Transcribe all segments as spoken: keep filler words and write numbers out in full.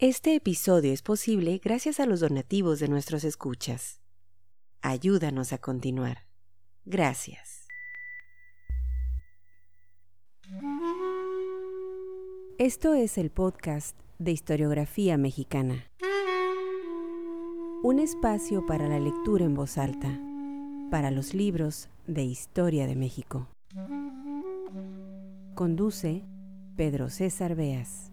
Este episodio es posible gracias a los donativos de nuestros escuchas. Ayúdanos a continuar. Gracias. Esto es el podcast de Historiografía Mexicana. Un espacio para la lectura en voz alta, para los libros de Historia de México. Conduce Pedro César Beas.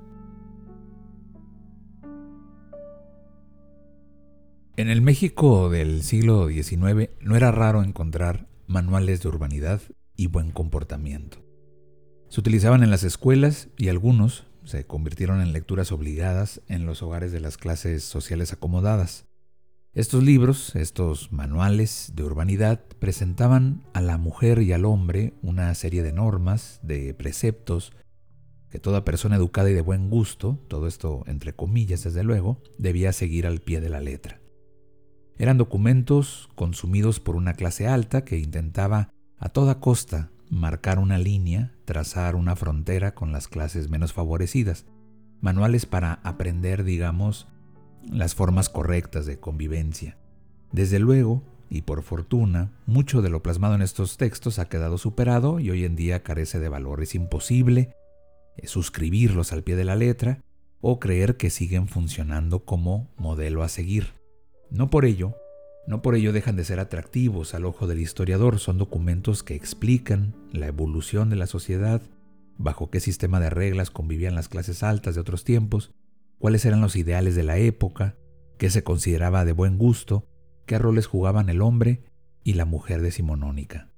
En el México del siglo diecinueve no era raro encontrar manuales de urbanidad y buen comportamiento. Se utilizaban en las escuelas y algunos se convirtieron en lecturas obligadas en los hogares de las clases sociales acomodadas. Estos libros, estos manuales de urbanidad, presentaban a la mujer y al hombre una serie de normas, de preceptos, que toda persona educada y de buen gusto, todo esto entre comillas desde luego, debía seguir al pie de la letra. Eran documentos consumidos por una clase alta que intentaba a toda costa marcar una línea, trazar una frontera con las clases menos favorecidas. Manuales para aprender, digamos, las formas correctas de convivencia. Desde luego, y por fortuna, mucho de lo plasmado en estos textos ha quedado superado y hoy en día carece de valor. Es imposible suscribirlos al pie de la letra o creer que siguen funcionando como modelo a seguir. No por ello, no por ello dejan de ser atractivos al ojo del historiador. Son documentos que explican la evolución de la sociedad, bajo qué sistema de reglas convivían las clases altas de otros tiempos, cuáles eran los ideales de la época, qué se consideraba de buen gusto, qué roles jugaban el hombre y la mujer decimonónica.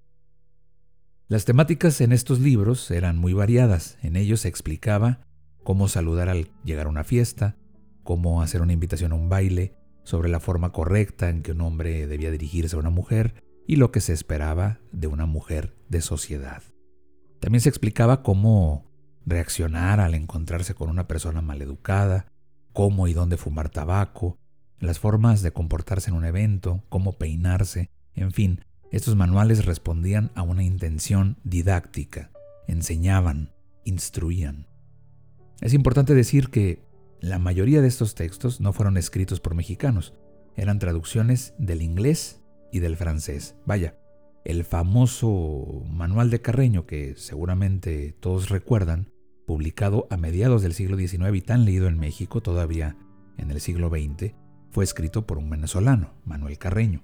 Las temáticas en estos libros eran muy variadas. En ellos se explicaba cómo saludar al llegar a una fiesta, cómo hacer una invitación a un baile, sobre la forma correcta en que un hombre debía dirigirse a una mujer y lo que se esperaba de una mujer de sociedad. También se explicaba cómo reaccionar al encontrarse con una persona maleducada, cómo y dónde fumar tabaco, las formas de comportarse en un evento, cómo peinarse, en fin, estos manuales respondían a una intención didáctica, enseñaban, instruían. Es importante decir que la mayoría de estos textos no fueron escritos por mexicanos, eran traducciones del inglés y del francés. Vaya, el famoso Manual de Carreño, que seguramente todos recuerdan, publicado a mediados del siglo diecinueve y tan leído en México todavía en el siglo veinte, fue escrito por un venezolano, Manuel Carreño.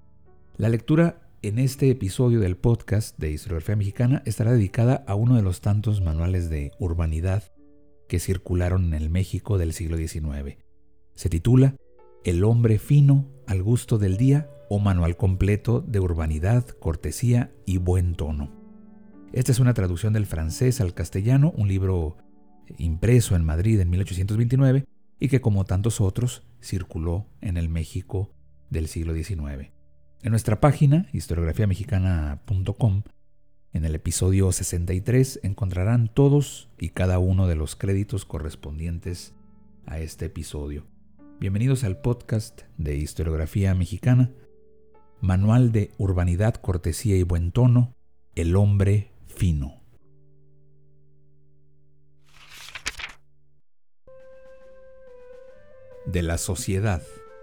La lectura en este episodio del podcast de Historiografía Mexicana estará dedicada a uno de los tantos manuales de urbanidad que circularon en el México del siglo diecinueve. Se titula El hombre fino al gusto del día o Manual completo de urbanidad, cortesía y buen tono. Esta es una traducción del francés al castellano, un libro impreso en Madrid en mil ochocientos veintinueve y que, como tantos otros, circuló en el México del siglo diecinueve. En nuestra página, historiografía mexicana punto com, en el episodio sesenta y tres encontrarán todos y cada uno de los créditos correspondientes a este episodio. Bienvenidos al podcast de Historiografía Mexicana, Manual de Urbanidad, Cortesía y Buen Tono, El hombre fino. De la sociedad.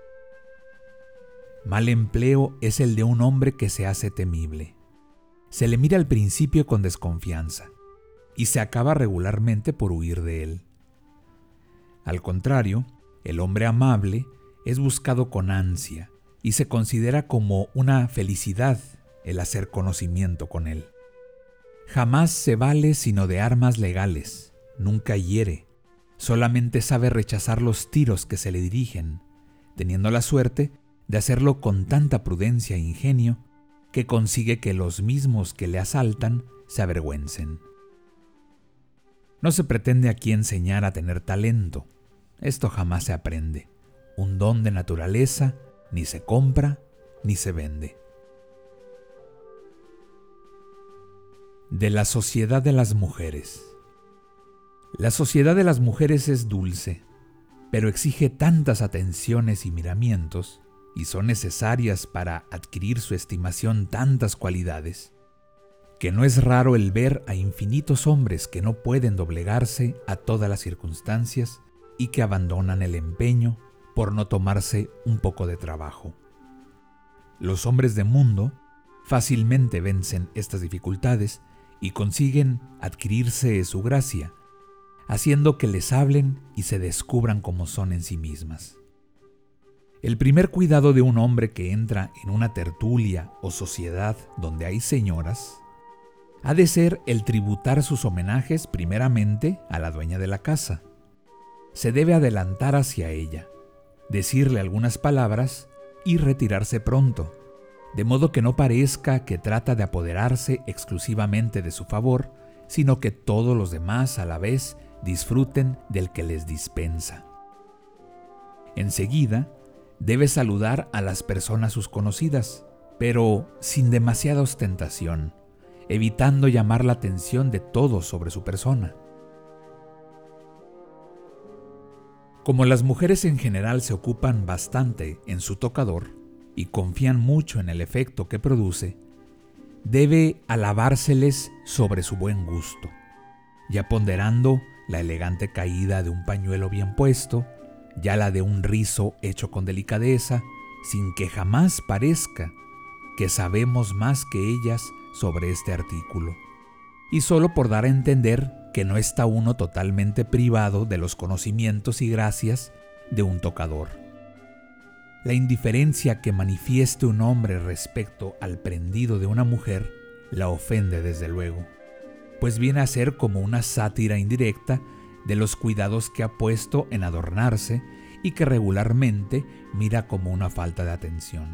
Mal empleo es el de un hombre que se hace temible. Se le mira al principio con desconfianza y se acaba regularmente por huir de él. Al contrario, el hombre amable es buscado con ansia y se considera como una felicidad el hacer conocimiento con él. Jamás se vale sino de armas legales, nunca hiere, solamente sabe rechazar los tiros que se le dirigen, teniendo la suerte de hacerlo con tanta prudencia e ingenio que consigue que los mismos que le asaltan se avergüencen. No se pretende aquí enseñar a tener talento. Esto jamás se aprende. Un don de naturaleza ni se compra ni se vende. De la sociedad de las mujeres. La sociedad de las mujeres es dulce, pero exige tantas atenciones y miramientos, y son necesarias para adquirir su estimación tantas cualidades, que no es raro el ver a infinitos hombres que no pueden doblegarse a todas las circunstancias y que abandonan el empeño por no tomarse un poco de trabajo. Los hombres de mundo fácilmente vencen estas dificultades y consiguen adquirirse su gracia, haciendo que les hablen y se descubran como son en sí mismas. El primer cuidado de un hombre que entra en una tertulia o sociedad donde hay señoras ha de ser el tributar sus homenajes primeramente a la dueña de la casa. Se debe adelantar hacia ella, decirle algunas palabras y retirarse pronto, de modo que no parezca que trata de apoderarse exclusivamente de su favor, sino que todos los demás a la vez disfruten del que les dispensa. Enseguida, debe saludar a las personas sus conocidas, pero sin demasiada ostentación, evitando llamar la atención de todos sobre su persona. Como las mujeres en general se ocupan bastante en su tocador y confían mucho en el efecto que produce, debe alabárseles sobre su buen gusto, ya ponderando la elegante caída de un pañuelo bien puesto, ya la de un rizo hecho con delicadeza, sin que jamás parezca que sabemos más que ellas sobre este artículo, y solo por dar a entender que no está uno totalmente privado de los conocimientos y gracias de un tocador. La indiferencia que manifieste un hombre respecto al prendido de una mujer la ofende desde luego, pues viene a ser como una sátira indirecta de los cuidados que ha puesto en adornarse y que regularmente mira como una falta de atención.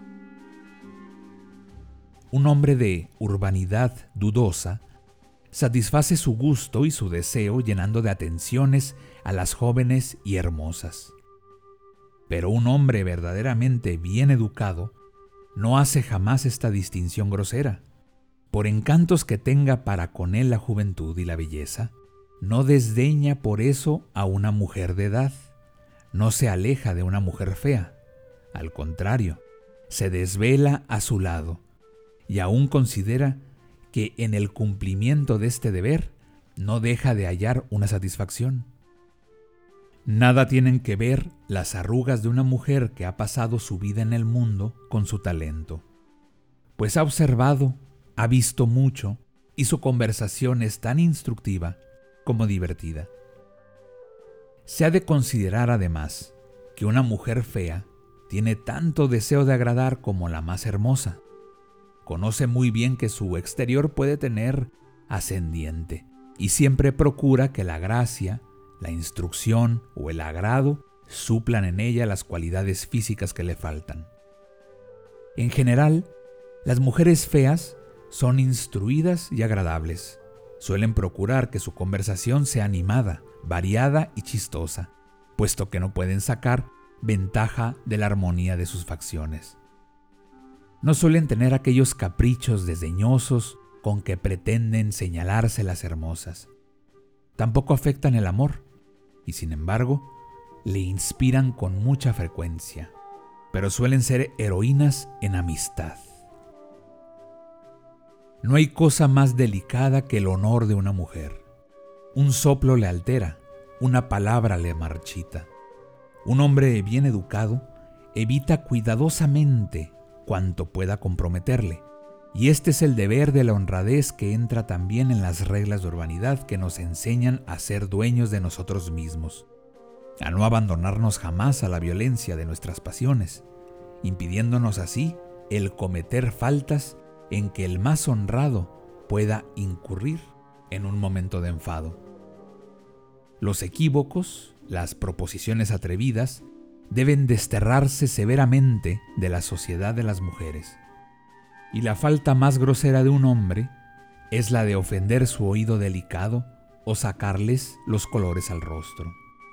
Un hombre de urbanidad dudosa satisface su gusto y su deseo llenando de atenciones a las jóvenes y hermosas. Pero un hombre verdaderamente bien educado no hace jamás esta distinción grosera. Por encantos que tenga para con él la juventud y la belleza, no desdeña por eso a una mujer de edad, no se aleja de una mujer fea, al contrario, se desvela a su lado y aún considera que en el cumplimiento de este deber no deja de hallar una satisfacción. Nada tienen que ver las arrugas de una mujer que ha pasado su vida en el mundo con su talento, pues ha observado, ha visto mucho y su conversación es tan instructiva como divertida. Se ha de considerar además que una mujer fea tiene tanto deseo de agradar como la más hermosa. Conoce muy bien que su exterior puede tener ascendiente y siempre procura que la gracia, la instrucción o el agrado suplan en ella las cualidades físicas que le faltan. En general, las mujeres feas son instruidas y agradables. Suelen procurar que su conversación sea animada, variada y chistosa, puesto que no pueden sacar ventaja de la armonía de sus facciones. No suelen tener aquellos caprichos desdeñosos con que pretenden señalarse las hermosas. Tampoco afectan el amor, y sin embargo, le inspiran con mucha frecuencia, pero suelen ser heroínas en amistad. No hay cosa más delicada que el honor de una mujer. Un soplo le altera, una palabra le marchita. Un hombre bien educado evita cuidadosamente cuanto pueda comprometerle, y este es el deber de la honradez que entra también en las reglas de urbanidad que nos enseñan a ser dueños de nosotros mismos, a no abandonarnos jamás a la violencia de nuestras pasiones, impidiéndonos así el cometer faltas en que el más honrado pueda incurrir en un momento de enfado. Los equívocos, las proposiciones atrevidas, deben desterrarse severamente de la sociedad de las mujeres. Y la falta más grosera de un hombre es la de ofender su oído delicado o sacarles los colores al rostro.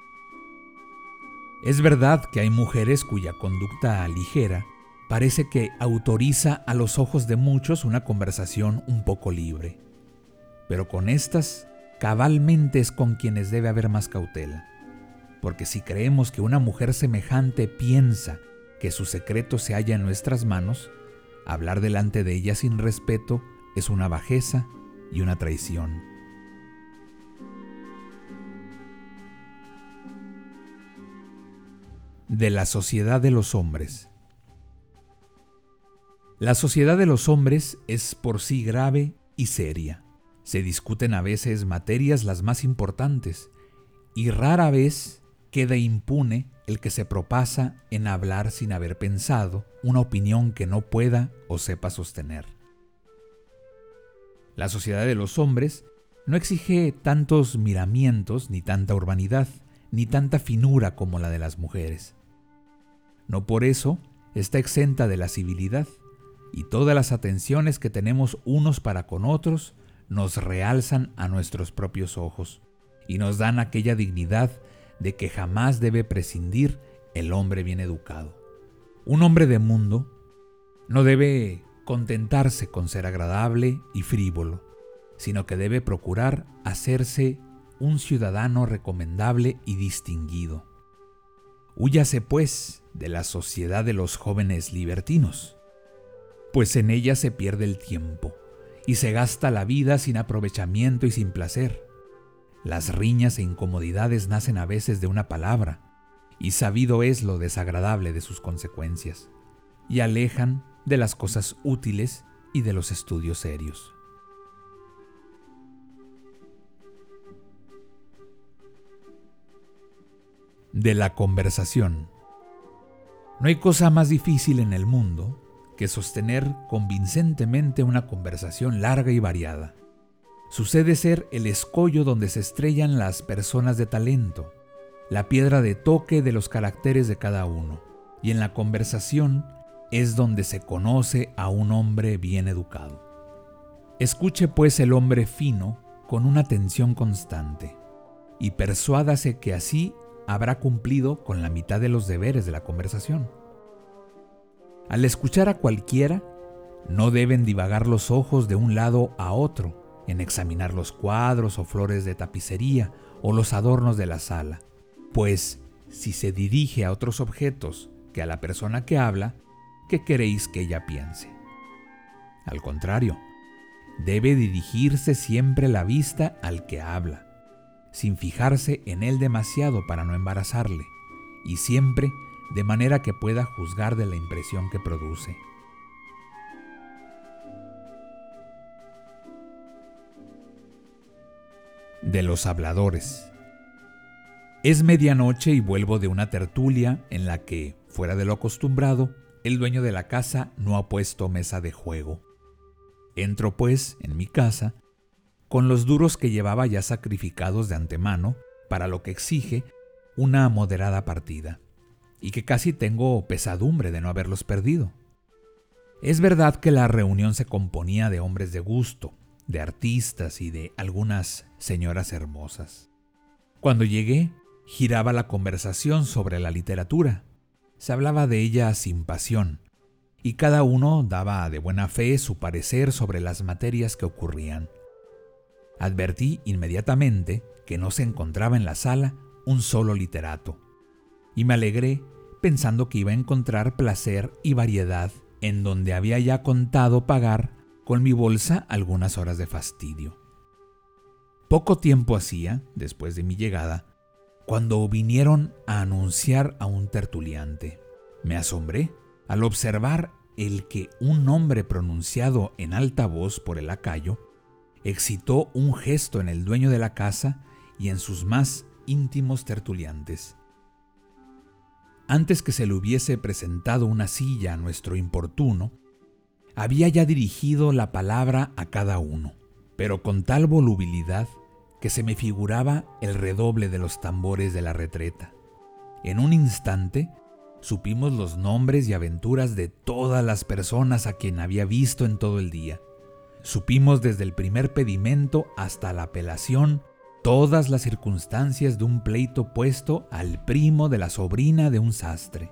Es verdad que hay mujeres cuya conducta ligera parece que autoriza a los ojos de muchos una conversación un poco libre, pero con estas cabalmente es con quienes debe haber más cautela, porque si creemos que una mujer semejante piensa que su secreto se halla en nuestras manos, hablar delante de ella sin respeto es una bajeza y una traición. de la sociedad de los hombres. La sociedad de los hombres es por sí grave y seria. Se discuten a veces materias las más importantes, y rara vez queda impune el que se propasa en hablar sin haber pensado una opinión que no pueda o sepa sostener. La sociedad de los hombres no exige tantos miramientos, ni tanta urbanidad, ni tanta finura como la de las mujeres. No por eso está exenta de la civilidad, y todas las atenciones que tenemos unos para con otros nos realzan a nuestros propios ojos y nos dan aquella dignidad de que jamás debe prescindir el hombre bien educado. Un hombre de mundo no debe contentarse con ser agradable y frívolo, sino que debe procurar hacerse un ciudadano recomendable y distinguido. Húyase, pues, de la sociedad de los jóvenes libertinos, pues en ella se pierde el tiempo y se gasta la vida sin aprovechamiento y sin placer. Las riñas e incomodidades nacen a veces de una palabra, y sabido es lo desagradable de sus consecuencias, y alejan de las cosas útiles y de los estudios serios. De la conversación. No hay cosa más difícil en el mundo que sostener convincentemente una conversación larga y variada. Sucede ser el escollo donde se estrellan las personas de talento, la piedra de toque de los caracteres de cada uno, y en la conversación es donde se conoce a un hombre bien educado. Escuche pues el hombre fino con una atención constante, y persuádase que así habrá cumplido con la mitad de los deberes de la conversación. Al escuchar a cualquiera, no deben divagar los ojos de un lado a otro en examinar los cuadros o flores de tapicería o los adornos de la sala, pues si se dirige a otros objetos que a la persona que habla, ¿qué queréis que ella piense? Al contrario, debe dirigirse siempre la vista al que habla, sin fijarse en él demasiado para no embarazarle, y siempre de manera que pueda juzgar de la impresión que produce. De los habladores. Es medianoche y vuelvo de una tertulia en la que, fuera de lo acostumbrado, el dueño de la casa no ha puesto mesa de juego. Entro, pues, en mi casa, con los duros que llevaba ya sacrificados de antemano, para lo que exige una moderada partida, y que casi tengo pesadumbre de no haberlos perdido. Es verdad que la reunión se componía de hombres de gusto, de artistas y de algunas señoras hermosas. Cuando llegué, giraba la conversación sobre la literatura. Se hablaba de ella sin pasión, y cada uno daba de buena fe su parecer sobre las materias que ocurrían. Advertí inmediatamente que no se encontraba en la sala un solo literato, y me alegré pensando que iba a encontrar placer y variedad en donde había ya contado pagar con mi bolsa algunas horas de fastidio. Poco tiempo hacía, después de mi llegada, cuando vinieron a anunciar a un tertuliante. Me asombré al observar el que un nombre pronunciado en alta voz por el lacayo excitó un gesto en el dueño de la casa y en sus más íntimos tertuliantes. Antes que se le hubiese presentado una silla a nuestro importuno, había ya dirigido la palabra a cada uno, pero con tal volubilidad que se me figuraba el redoble de los tambores de la retreta. En un instante supimos los nombres y aventuras de todas las personas a quien había visto en todo el día. Supimos desde el primer pedimento hasta la apelación todas las circunstancias de un pleito puesto al primo de la sobrina de un sastre.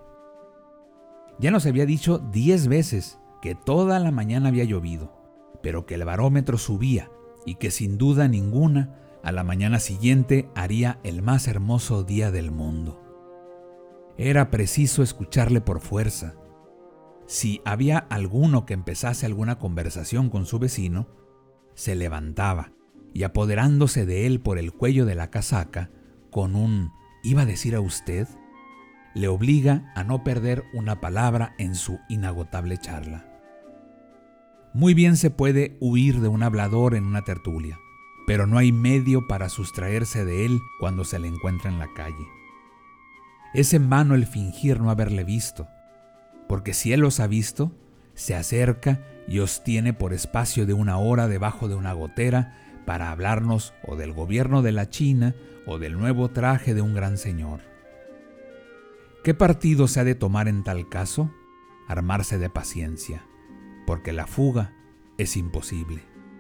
Ya nos había dicho diez veces que toda la mañana había llovido, pero que el barómetro subía y que sin duda ninguna a la mañana siguiente haría el más hermoso día del mundo. Era preciso escucharle por fuerza. Si había alguno que empezase alguna conversación con su vecino, se levantaba y apoderándose de él por el cuello de la casaca, con un «¿iba a decir a usted?», le obliga a no perder una palabra en su inagotable charla. Muy bien se puede huir de un hablador en una tertulia, pero no hay medio para sustraerse de él cuando se le encuentra en la calle. Es en vano el fingir no haberle visto, porque si él los ha visto, se acerca y os tiene por espacio de una hora debajo de una gotera para hablarnos o del gobierno de la China o del nuevo traje de un gran señor. ¿Qué partido se ha de tomar en tal caso? Armarse de paciencia, porque la fuga es imposible.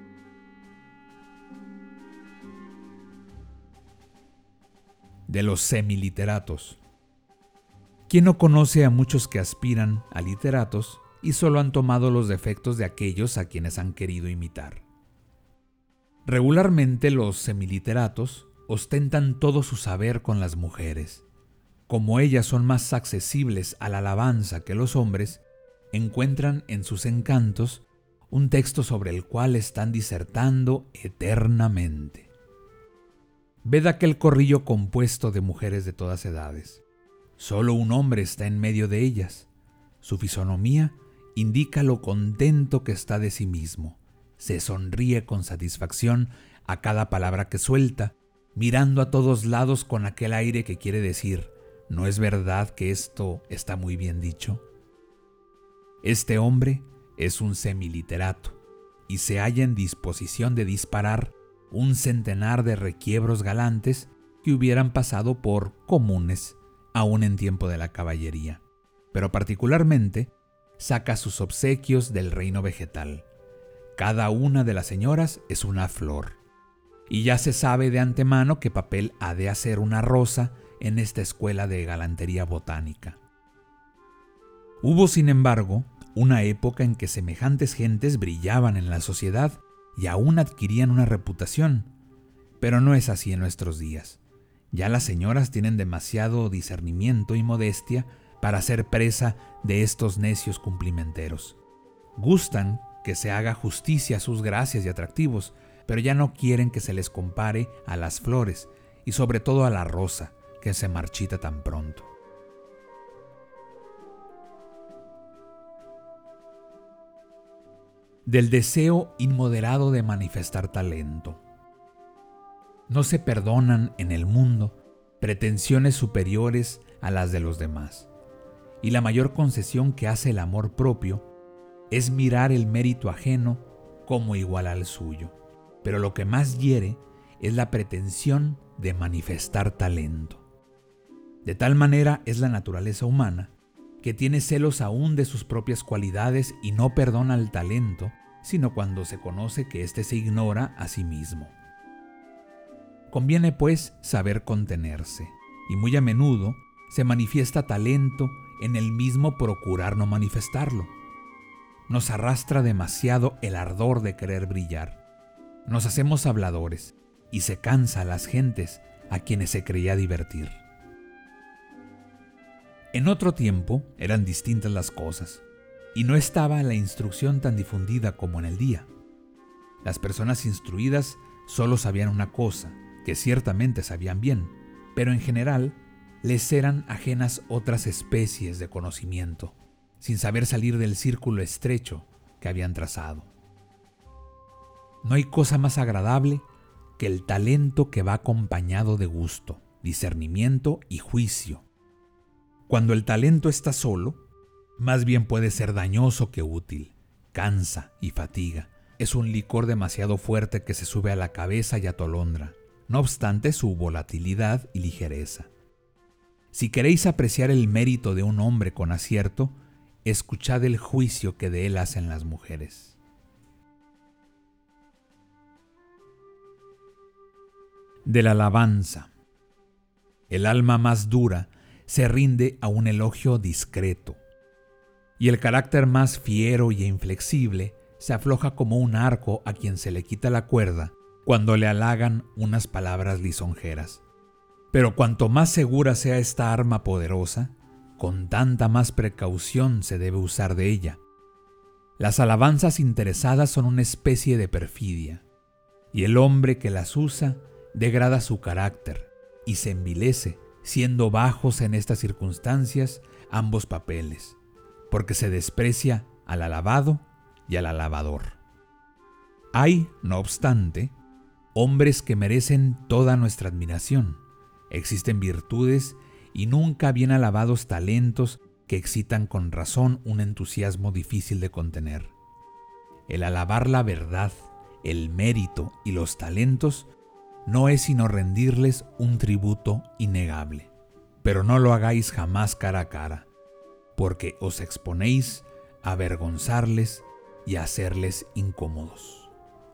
De los semiliteratos. ¿Quién no conoce a muchos que aspiran a literatos y solo han tomado los defectos de aquellos a quienes han querido imitar? Regularmente los semiliteratos ostentan todo su saber con las mujeres. Como ellas son más accesibles a la alabanza que los hombres, encuentran en sus encantos un texto sobre el cual están disertando eternamente. Ved aquel corrillo compuesto de mujeres de todas edades. Solo un hombre está en medio de ellas. Su fisonomía indica lo contento que está de sí mismo. Se sonríe con satisfacción a cada palabra que suelta, mirando a todos lados con aquel aire que quiere decir: ¿no es verdad que esto está muy bien dicho? Este hombre es un semiliterato y se halla en disposición de disparar un centenar de requiebros galantes que hubieran pasado por comunes aún en tiempo de la caballería, pero particularmente saca sus obsequios del reino vegetal. Cada una de las señoras es una flor, y ya se sabe de antemano qué papel ha de hacer una rosa en esta escuela de galantería botánica. Hubo, sin embargo, una época en que semejantes gentes brillaban en la sociedad y aún adquirían una reputación, pero no es así en nuestros días. Ya las señoras tienen demasiado discernimiento y modestia para ser presa de estos necios cumplimenteros. Gustan que se haga justicia a sus gracias y atractivos, pero ya no quieren que se les compare a las flores y sobre todo a la rosa, que se marchita tan pronto. Del deseo inmoderado de manifestar talento. No se perdonan en el mundo pretensiones superiores a las de los demás, y la mayor concesión que hace el amor propio es mirar el mérito ajeno como igual al suyo. Pero lo que más hiere es la pretensión de manifestar talento. De tal manera es la naturaleza humana que tiene celos aún de sus propias cualidades y no perdona el talento, sino cuando se conoce que éste se ignora a sí mismo. Conviene, pues, saber contenerse, y muy a menudo se manifiesta talento en el mismo procurar no manifestarlo. Nos arrastra demasiado el ardor de querer brillar. Nos hacemos habladores, y se cansa a las gentes a quienes se creía divertir. En otro tiempo eran distintas las cosas, y no estaba la instrucción tan difundida como en el día. Las personas instruidas solo sabían una cosa, que ciertamente sabían bien, pero en general les eran ajenas otras especies de conocimiento, sin saber salir del círculo estrecho que habían trazado. No hay cosa más agradable que el talento que va acompañado de gusto, discernimiento y juicio. Cuando el talento está solo, más bien puede ser dañoso que útil, cansa y fatiga. Es un licor demasiado fuerte que se sube a la cabeza y atolondra, no obstante su volatilidad y ligereza. Si queréis apreciar el mérito de un hombre con acierto, escuchad el juicio que de él hacen las mujeres. De la alabanza. El alma más dura se rinde a un elogio discreto, y el carácter más fiero y inflexible se afloja como un arco a quien se le quita la cuerda cuando le halagan unas palabras lisonjeras. Pero cuanto más segura sea esta arma poderosa, con tanta más precaución se debe usar de ella. Las alabanzas interesadas son una especie de perfidia, y el hombre que las usa degrada su carácter y se envilece siendo bajos en estas circunstancias ambos papeles, porque se desprecia al alabado y al alabador. Hay, no obstante, hombres que merecen toda nuestra admiración. Existen virtudes y nunca bien alabados talentos que excitan con razón un entusiasmo difícil de contener. El alabar la verdad, el mérito y los talentos no es sino rendirles un tributo innegable. Pero no lo hagáis jamás cara a cara, porque os exponéis a avergonzarles y a hacerles incómodos.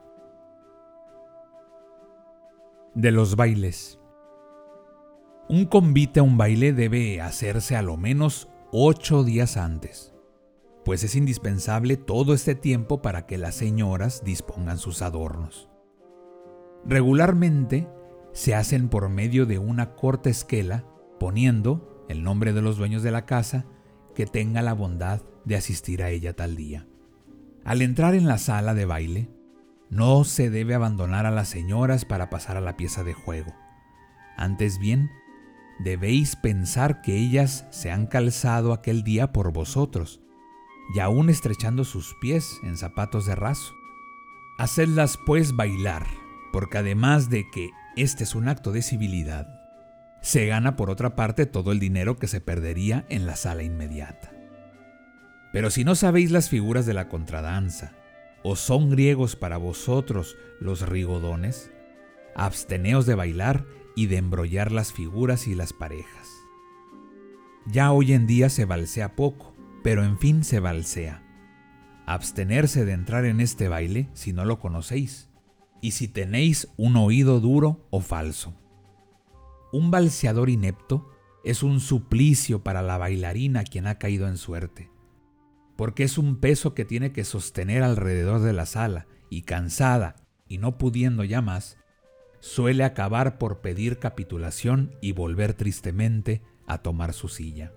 De los bailes. Un convite a un baile debe hacerse a lo menos ocho días antes, pues es indispensable todo este tiempo para que las señoras dispongan sus adornos. Regularmente se hacen por medio de una corta esquela, poniendo el nombre de los dueños de la casa que tenga la bondad de asistir a ella tal día. Al entrar en la sala de baile, no se debe abandonar a las señoras para pasar a la pieza de juego. Antes bien, debéis pensar que ellas se han calzado aquel día por vosotros, y aún estrechando sus pies en zapatos de raso. Hacedlas pues bailar, porque además de que este es un acto de civilidad, se gana por otra parte todo el dinero que se perdería en la sala inmediata. Pero si no sabéis las figuras de la contradanza, o son griegos para vosotros los rigodones, absteneos de bailar y de embrollar las figuras y las parejas. Ya hoy en día se balsea poco, pero en fin se balsea. Abstenerse de entrar en este baile si no lo conocéis, y si tenéis un oído duro o falso. Un balseador inepto es un suplicio para la bailarina quien ha caído en suerte, porque es un peso que tiene que sostener alrededor de la sala, y cansada y no pudiendo ya más, suele acabar por pedir capitulación y volver tristemente a tomar su silla.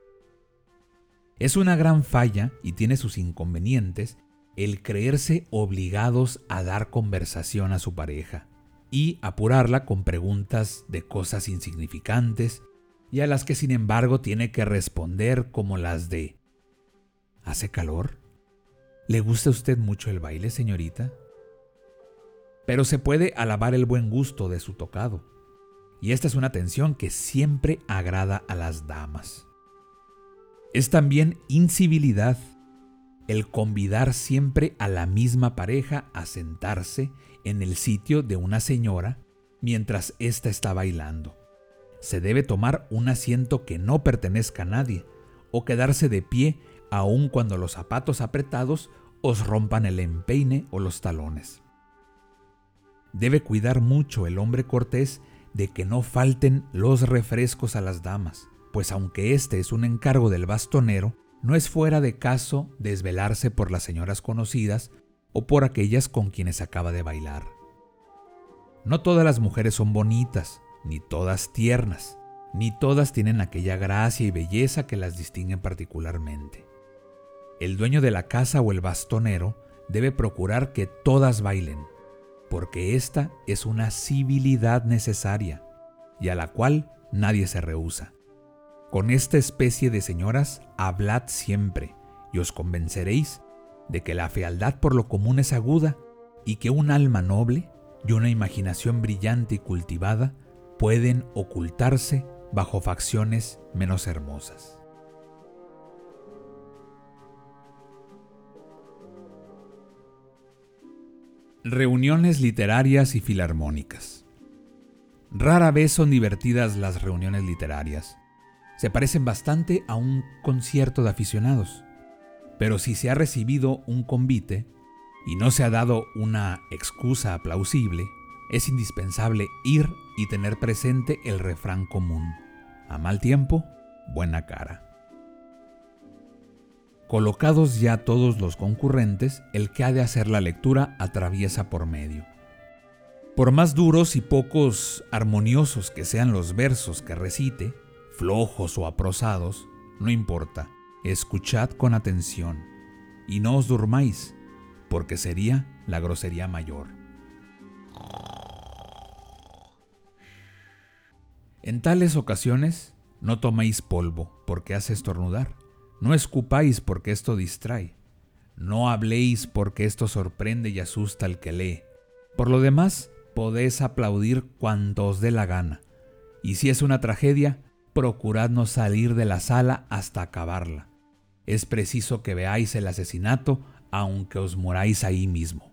Es una gran falla y tiene sus inconvenientes el creerse obligados a dar conversación a su pareja y apurarla con preguntas de cosas insignificantes y a las que sin embargo tiene que responder como las de ¿hace calor? ¿Le gusta a usted mucho el baile, señorita? Pero se puede alabar el buen gusto de su tocado, y esta es una atención que siempre agrada a las damas. Es también incivilidad el convidar siempre a la misma pareja a sentarse en el sitio de una señora mientras ésta está bailando. Se debe tomar un asiento que no pertenezca a nadie, o quedarse de pie aun cuando los zapatos apretados os rompan el empeine o los talones. Debe cuidar mucho el hombre cortés de que no falten los refrescos a las damas, pues aunque este es un encargo del bastonero, no es fuera de caso desvelarse por las señoras conocidas o por aquellas con quienes acaba de bailar. No todas las mujeres son bonitas, ni todas tiernas, ni todas tienen aquella gracia y belleza que las distinguen particularmente. El dueño de la casa o el bastonero debe procurar que todas bailen, porque esta es una civilidad necesaria y a la cual nadie se rehúsa. Con esta especie de señoras hablad siempre y os convenceréis de que la fealdad por lo común es aguda y que un alma noble y una imaginación brillante y cultivada pueden ocultarse bajo facciones menos hermosas. Reuniones literarias y filarmónicas. Rara vez son divertidas las reuniones literarias. Se parecen bastante a un concierto de aficionados. Pero si se ha recibido un convite y no se ha dado una excusa plausible, es indispensable ir y tener presente el refrán común: a mal tiempo, buena cara. Colocados ya todos los concurrentes, el que ha de hacer la lectura atraviesa por medio. Por más duros y pocos armoniosos que sean los versos que recite, flojos o aprosados, no importa, escuchad con atención y no os durmáis, porque sería la grosería mayor. En tales ocasiones, no toméis polvo, porque hace estornudar. No escupáis, porque esto distrae. No habléis, porque esto sorprende y asusta al que lee. Por lo demás, podéis aplaudir cuanto os dé la gana. Y si es una tragedia, procurad no salir de la sala hasta acabarla. Es preciso que veáis el asesinato, aunque os moráis ahí mismo.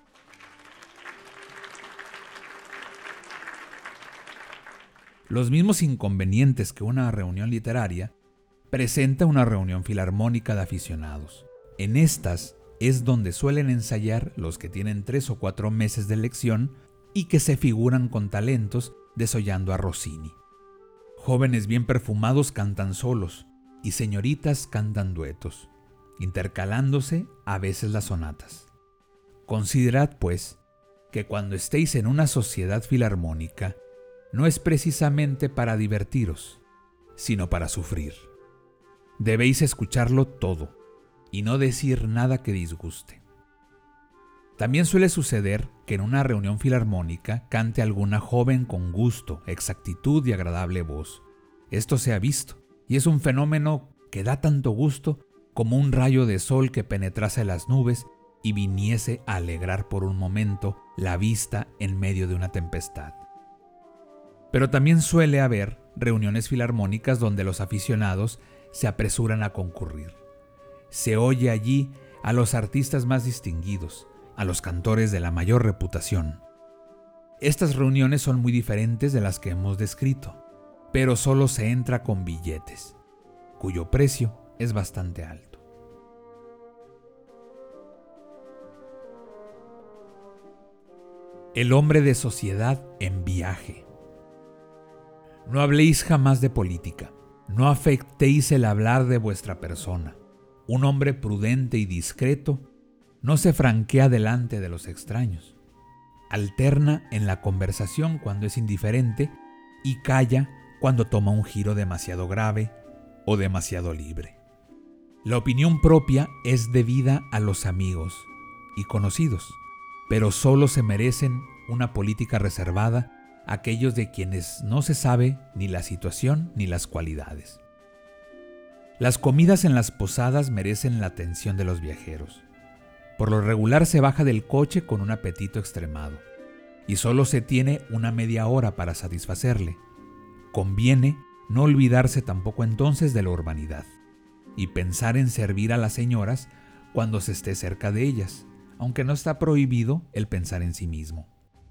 Los mismos inconvenientes que una reunión literaria presenta una reunión filarmónica de aficionados. En estas es donde suelen ensayar los que tienen tres o cuatro meses de lección y que se figuran con talentos desollando a Rossini. Jóvenes bien perfumados cantan solos y señoritas cantan duetos, intercalándose a veces las sonatas. Considerad, pues, que cuando estéis en una sociedad filarmónica, no es precisamente para divertiros, sino para sufrir. Debéis escucharlo todo y no decir nada que disguste. También suele suceder que en una reunión filarmónica cante alguna joven con gusto, exactitud y agradable voz. Esto se ha visto, y es un fenómeno que da tanto gusto como un rayo de sol que penetrase las nubes y viniese a alegrar por un momento la vista en medio de una tempestad. Pero también suele haber reuniones filarmónicas donde los aficionados se apresuran a concurrir. Se oye allí a los artistas más distinguidos, a los cantores de la mayor reputación. Estas reuniones son muy diferentes de las que hemos descrito, pero solo se entra con billetes, cuyo precio es bastante alto. El hombre de sociedad en viaje. No habléis jamás de política, no afectéis el hablar de vuestra persona. Un hombre prudente y discreto no se franquea delante de los extraños. Alterna en la conversación cuando es indiferente y calla cuando toma un giro demasiado grave o demasiado libre. La opinión propia es debida a los amigos y conocidos, pero solo se merecen una política reservada aquellos de quienes no se sabe ni la situación ni las cualidades. Las comidas en las posadas merecen la atención de los viajeros. Por lo regular se baja del coche con un apetito extremado, y solo se tiene una media hora para satisfacerle. Conviene no olvidarse tampoco entonces de la urbanidad, y pensar en servir a las señoras cuando se esté cerca de ellas, aunque no está prohibido el pensar en sí mismo.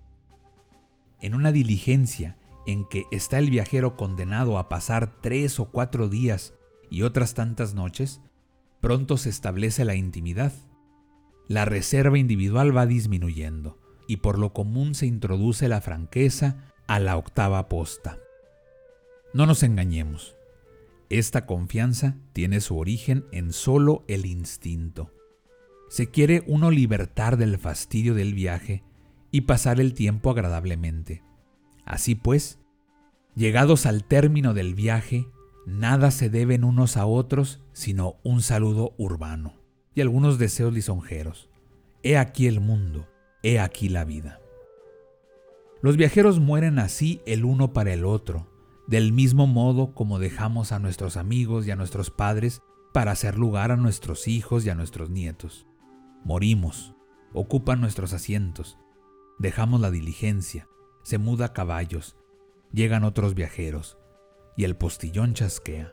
En una diligencia en que está el viajero condenado a pasar tres o cuatro días y otras tantas noches, pronto se establece la intimidad. La reserva individual va disminuyendo y por lo común se introduce la franqueza a la octava posta. No nos engañemos. Esta confianza tiene su origen en solo el instinto. Se quiere uno libertar del fastidio del viaje y pasar el tiempo agradablemente. Así pues, llegados al término del viaje, nada se deben unos a otros sino un saludo urbano y algunos deseos lisonjeros. He aquí el mundo, he aquí la vida. Los viajeros mueren así el uno para el otro, del mismo modo como dejamos a nuestros amigos y a nuestros padres para hacer lugar a nuestros hijos y a nuestros nietos. Morimos, ocupan nuestros asientos, dejamos la diligencia, se muda caballos, llegan otros viajeros, y el postillón chasquea.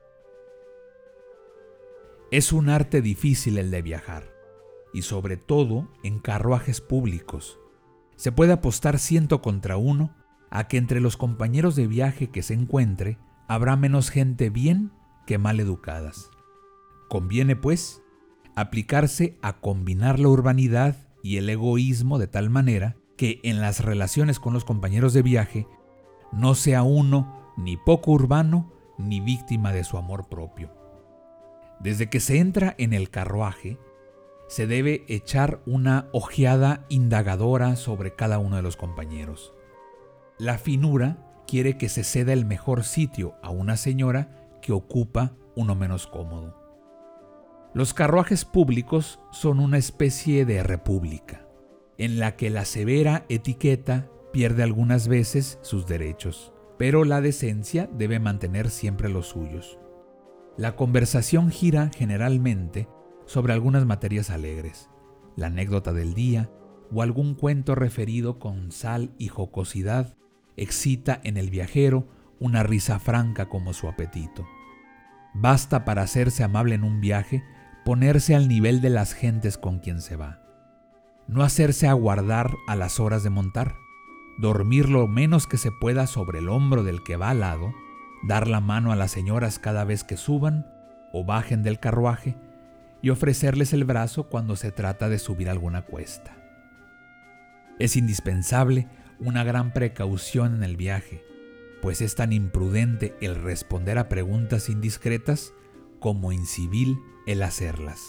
Es un arte difícil el de viajar, y sobre todo en carruajes públicos. Se puede apostar ciento contra uno a que entre los compañeros de viaje que se encuentre habrá menos gente bien que mal educadas. Conviene, pues, aplicarse a combinar la urbanidad y el egoísmo de tal manera que en las relaciones con los compañeros de viaje no sea uno ni poco urbano ni víctima de su amor propio. Desde que se entra en el carruaje, se debe echar una ojeada indagadora sobre cada uno de los compañeros. La finura quiere que se ceda el mejor sitio a una señora que ocupa uno menos cómodo. Los carruajes públicos son una especie de república, en la que la severa etiqueta pierde algunas veces sus derechos. pero la decencia debe mantener siempre los suyos. La conversación gira generalmente sobre algunas materias alegres, la anécdota del día o algún cuento referido con sal y jocosidad excita en el viajero una risa franca como su apetito. Basta para hacerse amable en un viaje ponerse al nivel de las gentes con quien se va. No hacerse aguardar a las horas de montar, dormir lo menos que se pueda sobre el hombro del que va al lado, dar la mano a las señoras cada vez que suban o bajen del carruaje y ofrecerles el brazo cuando se trata de subir alguna cuesta. Es indispensable una gran precaución en el viaje, pues es tan imprudente el responder a preguntas indiscretas como incivil el hacerlas.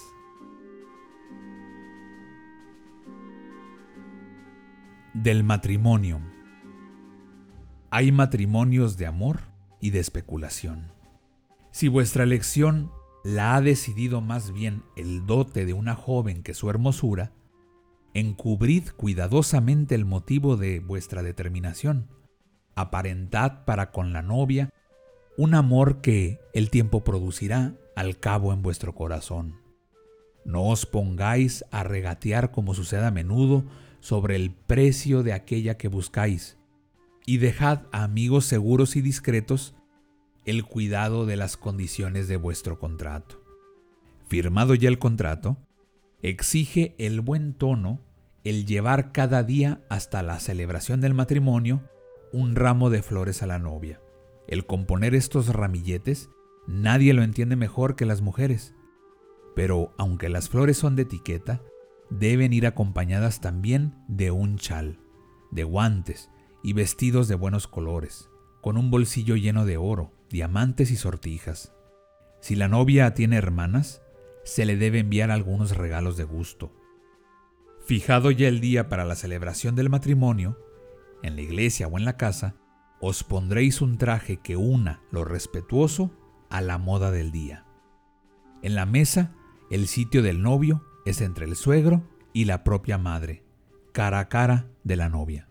Del matrimonio. Hay matrimonios de amor y de especulación. Si vuestra elección la ha decidido más bien el dote de una joven que su hermosura, encubrid cuidadosamente el motivo de vuestra determinación. Aparentad para con la novia un amor que el tiempo producirá al cabo en vuestro corazón. No os pongáis a regatear como sucede a menudo sobre el precio de aquella que buscáis, y dejad a amigos seguros y discretos el cuidado de las condiciones de vuestro contrato. Firmado ya el contrato, exige el buen tono el llevar cada día hasta la celebración del matrimonio un ramo de flores a la novia. El componer estos ramilletes nadie lo entiende mejor que las mujeres, pero aunque las flores son de etiqueta, deben ir acompañadas también de un chal, de guantes y vestidos de buenos colores, con un bolsillo lleno de oro, diamantes y sortijas. Si la novia tiene hermanas, se le debe enviar algunos regalos de gusto. Fijado ya el día para la celebración del matrimonio, en la iglesia o en la casa, os pondréis un traje que una lo respetuoso a la moda del día. En la mesa, el sitio del novio es entre el suegro y la propia madre, cara a cara de la novia.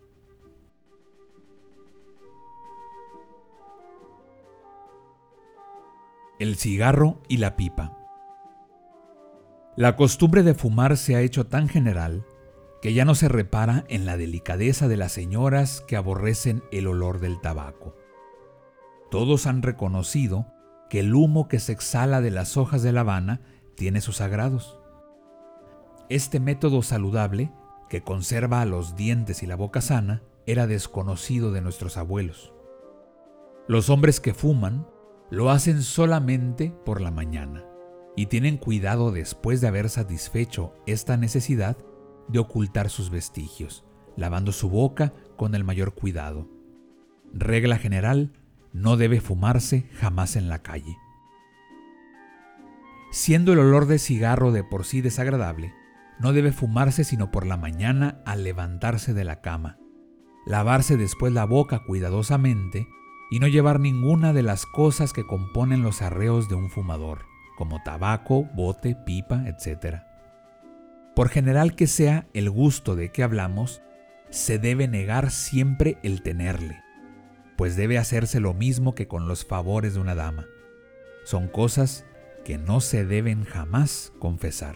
El cigarro y la pipa. La costumbre de fumar se ha hecho tan general que ya no se repara en la delicadeza de las señoras que aborrecen el olor del tabaco. Todos han reconocido que el humo que se exhala de las hojas de la habana tiene sus agrados. Este método saludable, que conserva los dientes y la boca sana, era desconocido de nuestros abuelos. Los hombres que fuman lo hacen solamente por la mañana y tienen cuidado después de haber satisfecho esta necesidad de ocultar sus vestigios, lavando su boca con el mayor cuidado. Regla general, no debe fumarse jamás en la calle. Siendo el olor de cigarro de por sí desagradable, no debe fumarse sino por la mañana al levantarse de la cama, lavarse después la boca cuidadosamente y no llevar ninguna de las cosas que componen los arreos de un fumador, como tabaco, bote, pipa, etcétera. Por general que sea el gusto de que hablamos, se debe negar siempre el tenerle, pues debe hacerse lo mismo que con los favores de una dama. Son cosas que no se deben jamás confesar.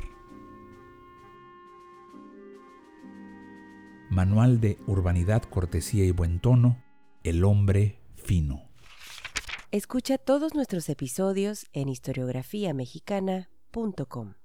Manual de Urbanidad, Cortesía y Buen Tono, El hombre fino. Escucha todos nuestros episodios en historiografía mexicana punto com.